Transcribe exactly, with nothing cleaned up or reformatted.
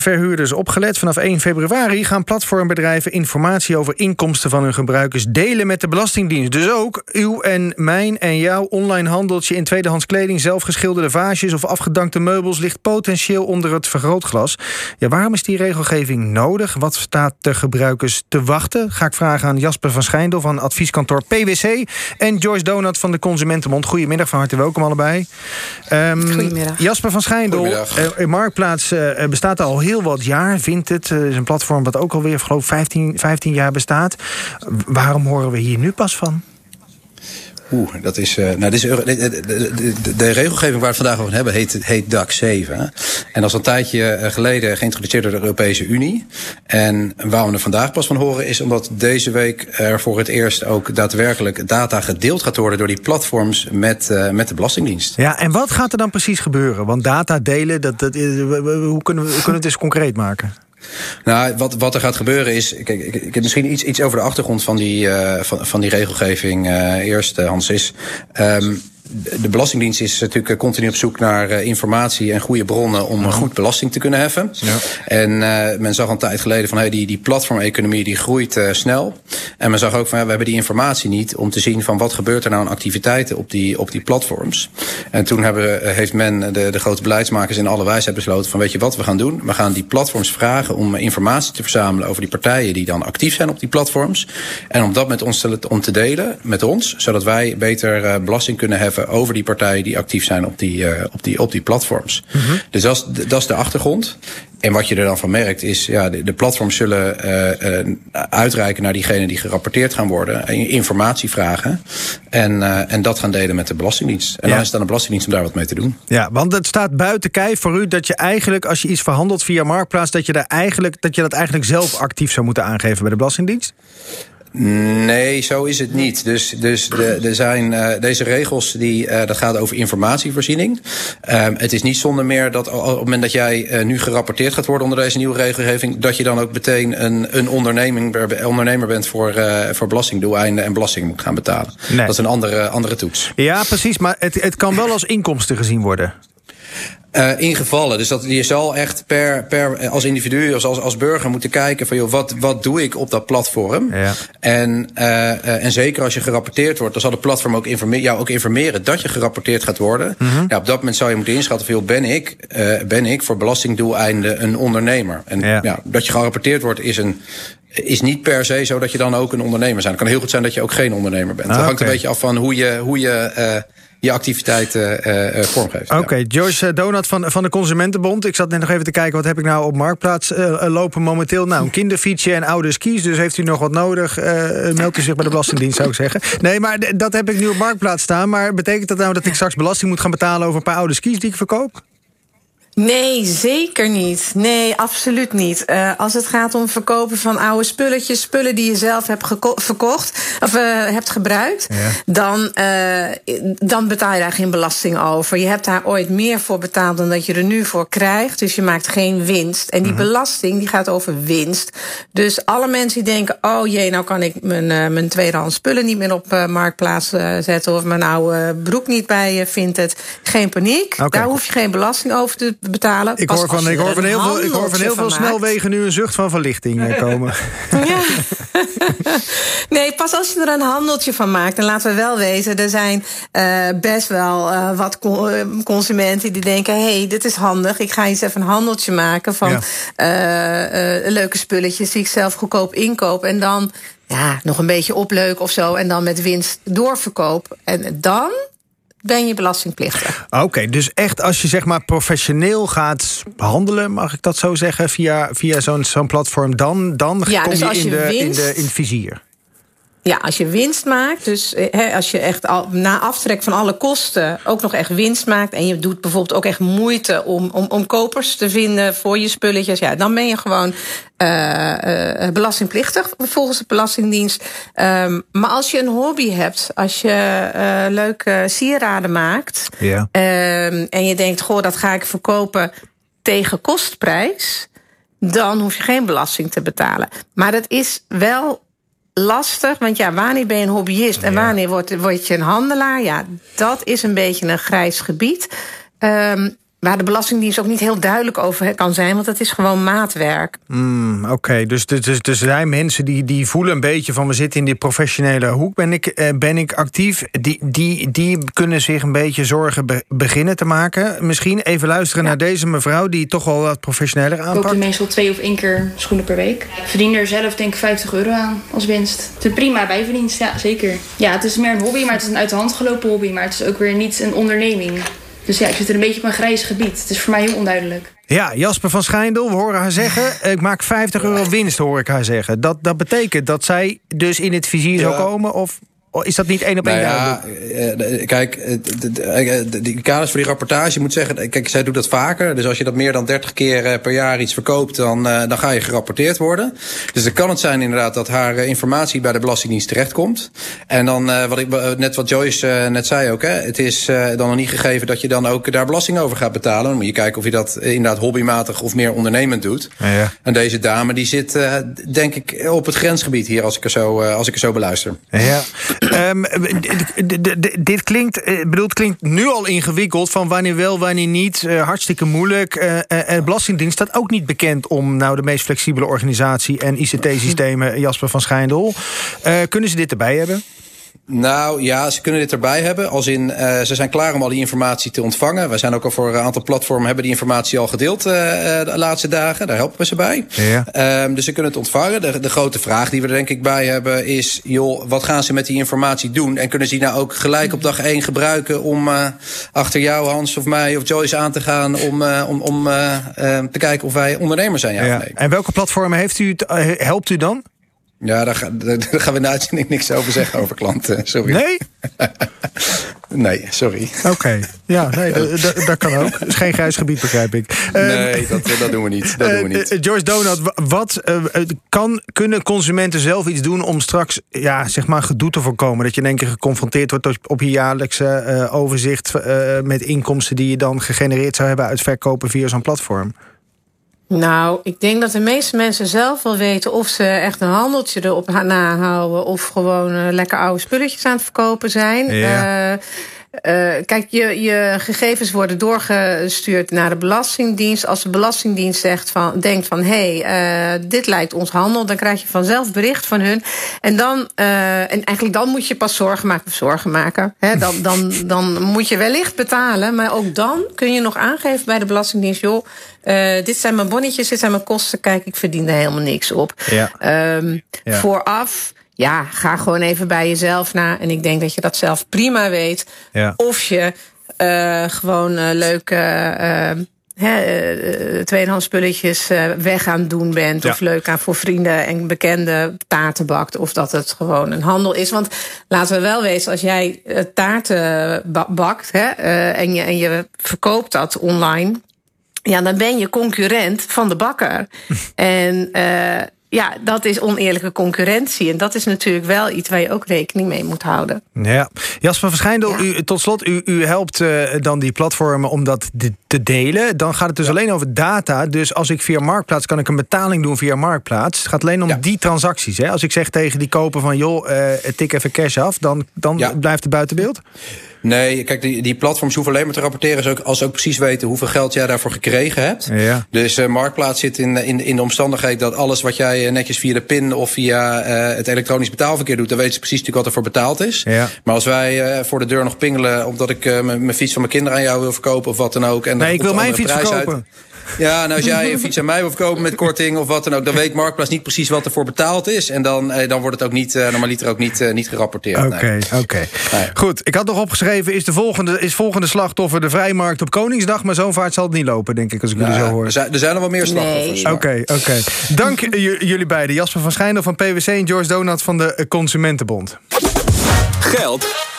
Verhuurders opgelet. Vanaf één februari gaan platformbedrijven informatie over inkomsten van hun gebruikers delen met de Belastingdienst. Dus ook uw en mijn en jouw online handeltje in tweedehands kleding, zelfgeschilderde vaasjes of afgedankte meubels ligt potentieel onder het vergrootglas. Ja, waarom is die regelgeving nodig? Wat staat de gebruikers te wachten? Ga ik vragen aan Jasper van Schijndel van advieskantoor P W C en Joyce Donat van de Consumentenbond. Goedemiddag, van harte welkom allebei. Um, Goedemiddag. Jasper van Schijndel, uh, Marktplaats uh, bestaat al heel heel wat jaar, vindt het. Het is een platform wat ook alweer, geloof ik, vijftien, vijftien jaar bestaat. Waarom horen we hier nu pas van? Oeh, dat is. Uh, nou, dit is de, de, de, de, de regelgeving waar we het vandaag over hebben heet, heet D A C zeven. Hè? En dat is een tijdje geleden geïntroduceerd door de Europese Unie. En waarom we er vandaag pas van horen is omdat deze week er voor het eerst ook daadwerkelijk data gedeeld gaat worden door die platforms met, uh, met de Belastingdienst. Ja, en wat gaat er dan precies gebeuren? Want data delen, dat, dat, hoe kunnen we, hoe kunnen we het eens concreet maken? Nou, wat, wat er gaat gebeuren is. Kijk, ik, ik heb misschien iets, iets over de achtergrond van die, uh, van, van die regelgeving. Uh, eerst, uh, Hans, is. Um, De Belastingdienst is natuurlijk continu op zoek naar uh, informatie en goede bronnen om uh, goed belasting te kunnen heffen. Ja. En uh, men zag een tijd geleden van hey, die, die platformeconomie die groeit uh, snel. En men zag ook van ja, we hebben die informatie niet om te zien van wat gebeurt er nou aan activiteiten op die, op die platforms. En toen hebben, uh, heeft men, de, de grote beleidsmakers in alle wijsheid besloten van weet je wat we gaan doen? We gaan die platforms vragen om informatie te verzamelen over die partijen die dan actief zijn op die platforms. En om dat met ons te, om te delen, met ons, zodat wij beter uh, belasting kunnen heffen over die partijen die actief zijn op die, uh, op die, op die platforms. Mm-hmm. Dus dat is, dat is de achtergrond. En wat je er dan van merkt is, ja, de, de platforms zullen uh, uh, uitreiken naar diegenen die gerapporteerd gaan worden, informatie vragen en, uh, en dat gaan delen met de Belastingdienst. En ja. dan is het aan de Belastingdienst om daar wat mee te doen. Ja, want het staat buiten kijf voor u dat je eigenlijk, als je iets verhandelt via Marktplaats, dat je, daar eigenlijk, dat je dat eigenlijk zelf actief zou moeten aangeven bij de Belastingdienst? Nee, zo is het niet. Dus, dus de, er zijn uh, deze regels die uh, dat gaat over informatievoorziening. Uh, het is niet zonder meer dat op het moment dat jij uh, nu gerapporteerd gaat worden onder deze nieuwe regelgeving, dat je dan ook meteen een, een onderneming, ondernemer bent voor, uh, voor belastingdoeleinden en belasting moet gaan betalen. Nee. Dat is een andere, andere toets. Ja, precies. Maar het, het kan wel als inkomsten gezien worden. Uh, in gevallen. Dus dat je zal echt per, per als individu, als, als burger moeten kijken van joh, wat, wat doe ik op dat platform? Ja. En, uh, uh, en zeker als je gerapporteerd wordt, dan zal de platform ook informe- jou ook informeren dat je gerapporteerd gaat worden. Mm-hmm. Ja, op dat moment zou je moeten inschatten van joh, ben ik, uh, ben ik voor belastingdoeleinden een ondernemer? En ja. Ja, dat je gerapporteerd wordt is een is niet per se zo dat je dan ook een ondernemer bent. Het kan heel goed zijn dat je ook geen ondernemer bent. Ah, dat hangt okay. een beetje af van hoe je, hoe je uh, je activiteiten uh, uh, vormgeeft. Oké, okay, ja. Joyce Donat van, van de Consumentenbond. Ik zat net nog even te kijken, wat heb ik nou op Marktplaats uh, lopen momenteel? Nou, een kinderfietsje en oude skis. Dus heeft u nog wat nodig, uh, meldt u zich bij de Belastingdienst, zou ik zeggen. Nee, maar d- dat heb ik nu op Marktplaats staan. Maar betekent dat nou dat ik straks belasting moet gaan betalen over een paar oude skis die ik verkoop? Nee, zeker niet. Nee, absoluut niet. Uh, als het gaat om verkopen van oude spulletjes, spullen die je zelf hebt geko- verkocht of uh, hebt gebruikt, ja. dan, uh, dan betaal je daar geen belasting over. Je hebt daar ooit meer voor betaald dan dat je er nu voor krijgt. Dus je maakt geen winst. En die mm-hmm. belasting die gaat over winst. Dus alle mensen die denken, oh jee, nou kan ik mijn, uh, mijn tweedehands spullen niet meer op uh, Marktplaats uh, zetten of mijn oude broek niet bij uh, Vinted. Geen paniek. Okay. Daar hoef je geen belasting over te betalen. Ik hoor van, ik hoor van heel veel, ik hoor van heel veel snelwegen nu een zucht van verlichting komen. Ja. Nee, pas als je er een handeltje van maakt. En laten we wel wezen, er zijn uh, best wel uh, wat consumenten die denken, hé, hey, dit is handig. Ik ga eens even een handeltje maken van ja. uh, uh, leuke spulletjes die ik zelf goedkoop inkoop. En dan ja, nog een beetje opleuken of zo. En dan met winst doorverkoop. En dan ben je belastingplichtig. Oké, okay, dus echt als je zeg maar professioneel gaat handelen, mag ik dat zo zeggen, via, via zo'n, zo'n platform, dan, dan ja, kom dus je, in, je de, winst, in, de, in het vizier. Ja, als je winst maakt, dus he, als je echt al, na aftrek van alle kosten ook nog echt winst maakt en je doet bijvoorbeeld ook echt moeite om, om, om kopers te vinden voor je spulletjes, ja, dan ben je gewoon uh, uh, belastingplichtig volgens de Belastingdienst. Um, maar als je een hobby hebt, als je uh, leuke sieraden maakt, ja. um, en je denkt, goh, dat ga ik verkopen tegen kostprijs, dan hoef je geen belasting te betalen. Maar dat is wel lastig, want ja, wanneer ben je een hobbyist en wanneer word, word je een handelaar? Ja, dat is een beetje een grijs gebied. Um, waar de Belastingdienst ook niet heel duidelijk over kan zijn, want het is gewoon maatwerk. Mm, Oké, okay. dus, dus, dus er zijn mensen die, die voelen een beetje van we zitten in die professionele hoek. Ben ik, eh, ben ik actief? Die, die, die kunnen zich een beetje zorgen be- beginnen te maken. Misschien even luisteren ja. naar deze mevrouw die toch wel wat professioneler aanpakt. Ik koop meestal twee of één keer schoenen per week. Ik verdien er zelf denk ik vijftig euro aan als winst. Het is een prima bijverdienst, ja zeker. Ja, het is meer een hobby, maar het is een uit de hand gelopen hobby. Maar het is ook weer niet een onderneming. Dus ja, ik zit er een beetje op een grijs gebied. Het is voor mij heel onduidelijk. Ja, Jasper van Schijndel, we horen haar zeggen, ik maak vijftig euro winst, hoor ik haar zeggen. Dat, dat betekent dat zij dus in het vizier ja. zou komen, of is dat niet één op één? Nou ja, uh, kijk, de, de, de, de kaders voor die rapportage, moet zeggen, kijk, zij doet dat vaker. Dus als je dat meer dan dertig keer per jaar iets verkoopt, dan, uh, dan ga je gerapporteerd worden. Dus dan kan het zijn inderdaad dat haar uh, informatie bij de Belastingdienst terechtkomt. En dan, uh, wat ik, uh, net wat Joyce uh, net zei ook, hè, het is uh, dan nog niet gegeven dat je dan ook daar belasting over gaat betalen. Dan moet je kijken of je dat inderdaad hobbymatig of meer ondernemend doet. Ja, ja. En deze dame die zit, uh, denk ik, op het grensgebied hier, als ik er zo, uh, als ik er zo beluister. Ja. Um, d- d- d- dit klinkt, uh, bedoel, het klinkt nu al ingewikkeld van wanneer wel, wanneer niet. Uh, hartstikke moeilijk. Uh, uh, de Belastingdienst staat ook niet bekend om nou de meest flexibele organisatie en I C T-systemen, Jasper van Schijndel. Uh, kunnen ze dit erbij hebben? Nou ja, ze kunnen dit erbij hebben. Als in, uh, ze zijn klaar om al die informatie te ontvangen. Wij zijn ook al voor een aantal platformen hebben die informatie al gedeeld uh, de laatste dagen. Daar helpen we ze bij. Ja. Um, dus ze kunnen het ontvangen. De, de grote vraag die we er denk ik bij hebben is, joh, wat gaan ze met die informatie doen? En kunnen ze die nou ook gelijk op dag één gebruiken om uh, achter jou, Hans of mij of Joyce aan te gaan om, uh, om, om uh, uh, te kijken of wij ondernemers zijn, ja, ja. of nee. En welke platformen heeft u, uh, helpt u dan? Ja, daar, ga, daar gaan we in de uitzending niks over zeggen over klanten. Sorry. Nee? Nee, sorry. Oké, okay. ja, nee, d- d- dat kan ook. Het is geen grijs gebied, begrijp ik. Nee, dat, dat doen we niet. Dat uh, doen we niet. Uh, Joyce Donat, wat uh, kan, kunnen consumenten zelf iets doen om straks, ja, zeg maar, gedoe te voorkomen? Dat je in één keer geconfronteerd wordt op je jaarlijkse uh, overzicht uh, met inkomsten die je dan gegenereerd zou hebben uit verkopen via zo'n platform? Nou, ik denk dat de meeste mensen zelf wel weten of ze echt een handeltje erop nahouden of gewoon uh, lekker oude spulletjes aan het verkopen zijn. Ja. Uh, Uh, kijk, je, je gegevens worden doorgestuurd naar de Belastingdienst. Als de Belastingdienst zegt van, denkt van, hé, hey, uh, dit lijkt ons handel, dan krijg je vanzelf bericht van hun. En dan, uh, en eigenlijk dan moet je pas zorgen maken, of zorgen maken. Hè? Dan, dan, dan moet je wellicht betalen, maar ook dan kun je nog aangeven bij de Belastingdienst, joh, uh, dit zijn mijn bonnetjes, dit zijn mijn kosten, kijk, ik verdien er helemaal niks op. Ja. Um, ja. Vooraf. Ja, ga gewoon even bij jezelf na. En ik denk dat je dat zelf prima weet. Ja. Of je uh, gewoon uh, leuke uh, uh, tweedehands spulletjes uh, weg aan het doen bent. Ja. Of leuk aan voor vrienden en bekenden taarten bakt. Of dat het gewoon een handel is. Want laten we wel wezen, als jij uh, taarten bakt hè, uh, en, je, en je verkoopt dat online, ja, dan ben je concurrent van de bakker. en uh, Ja, dat is oneerlijke concurrentie. En dat is natuurlijk wel iets waar je ook rekening mee moet houden. Ja. Jasper van Schijndel, ja. u, tot slot, u, u helpt uh, dan die platformen om dat de, te delen. Dan gaat het dus ja. alleen over data. Dus als ik via Marktplaats kan ik een betaling doen via Marktplaats. Het gaat alleen om ja. die transacties. Hè? Als ik zeg tegen die koper van, joh, uh, tik even cash af, dan, dan ja. blijft het buiten beeld? Nee, kijk, die, die platforms hoeven alleen maar te rapporteren als ze ook precies weten hoeveel geld jij daarvoor gekregen hebt. Ja. Dus uh, Marktplaats zit in, in, in de omstandigheid dat alles wat jij netjes via de PIN of via uh, het elektronisch betaalverkeer doet, dan weten ze precies natuurlijk wat er voor betaald is. Ja. Maar als wij uh, voor de deur nog pingelen omdat ik uh, mijn fiets van mijn kinderen aan jou wil verkopen of wat dan ook. En nee, ik wil mijn fiets verkopen. Uit. Ja, nou als jij een fiets aan mij wil verkopen met korting of wat dan ook, dan weet Marktplaats niet precies wat er voor betaald is. En dan, eh, dan wordt het ook niet, uh, normaliter ook niet, uh, niet gerapporteerd. Oké, okay, nee. oké. Okay. Nee. Goed, ik had nog opgeschreven, is de volgende, is volgende slachtoffer de vrijmarkt op Koningsdag, maar zo'n vaart zal het niet lopen, denk ik, als ik jullie nou, zo hoor. Er zijn er, zijn er wel meer slachtoffers. Oké, nee. oké. Okay, okay. Dank j- jullie beiden. Jasper van Schijndel van P W C en Joyce Donat van de Consumentenbond. Geld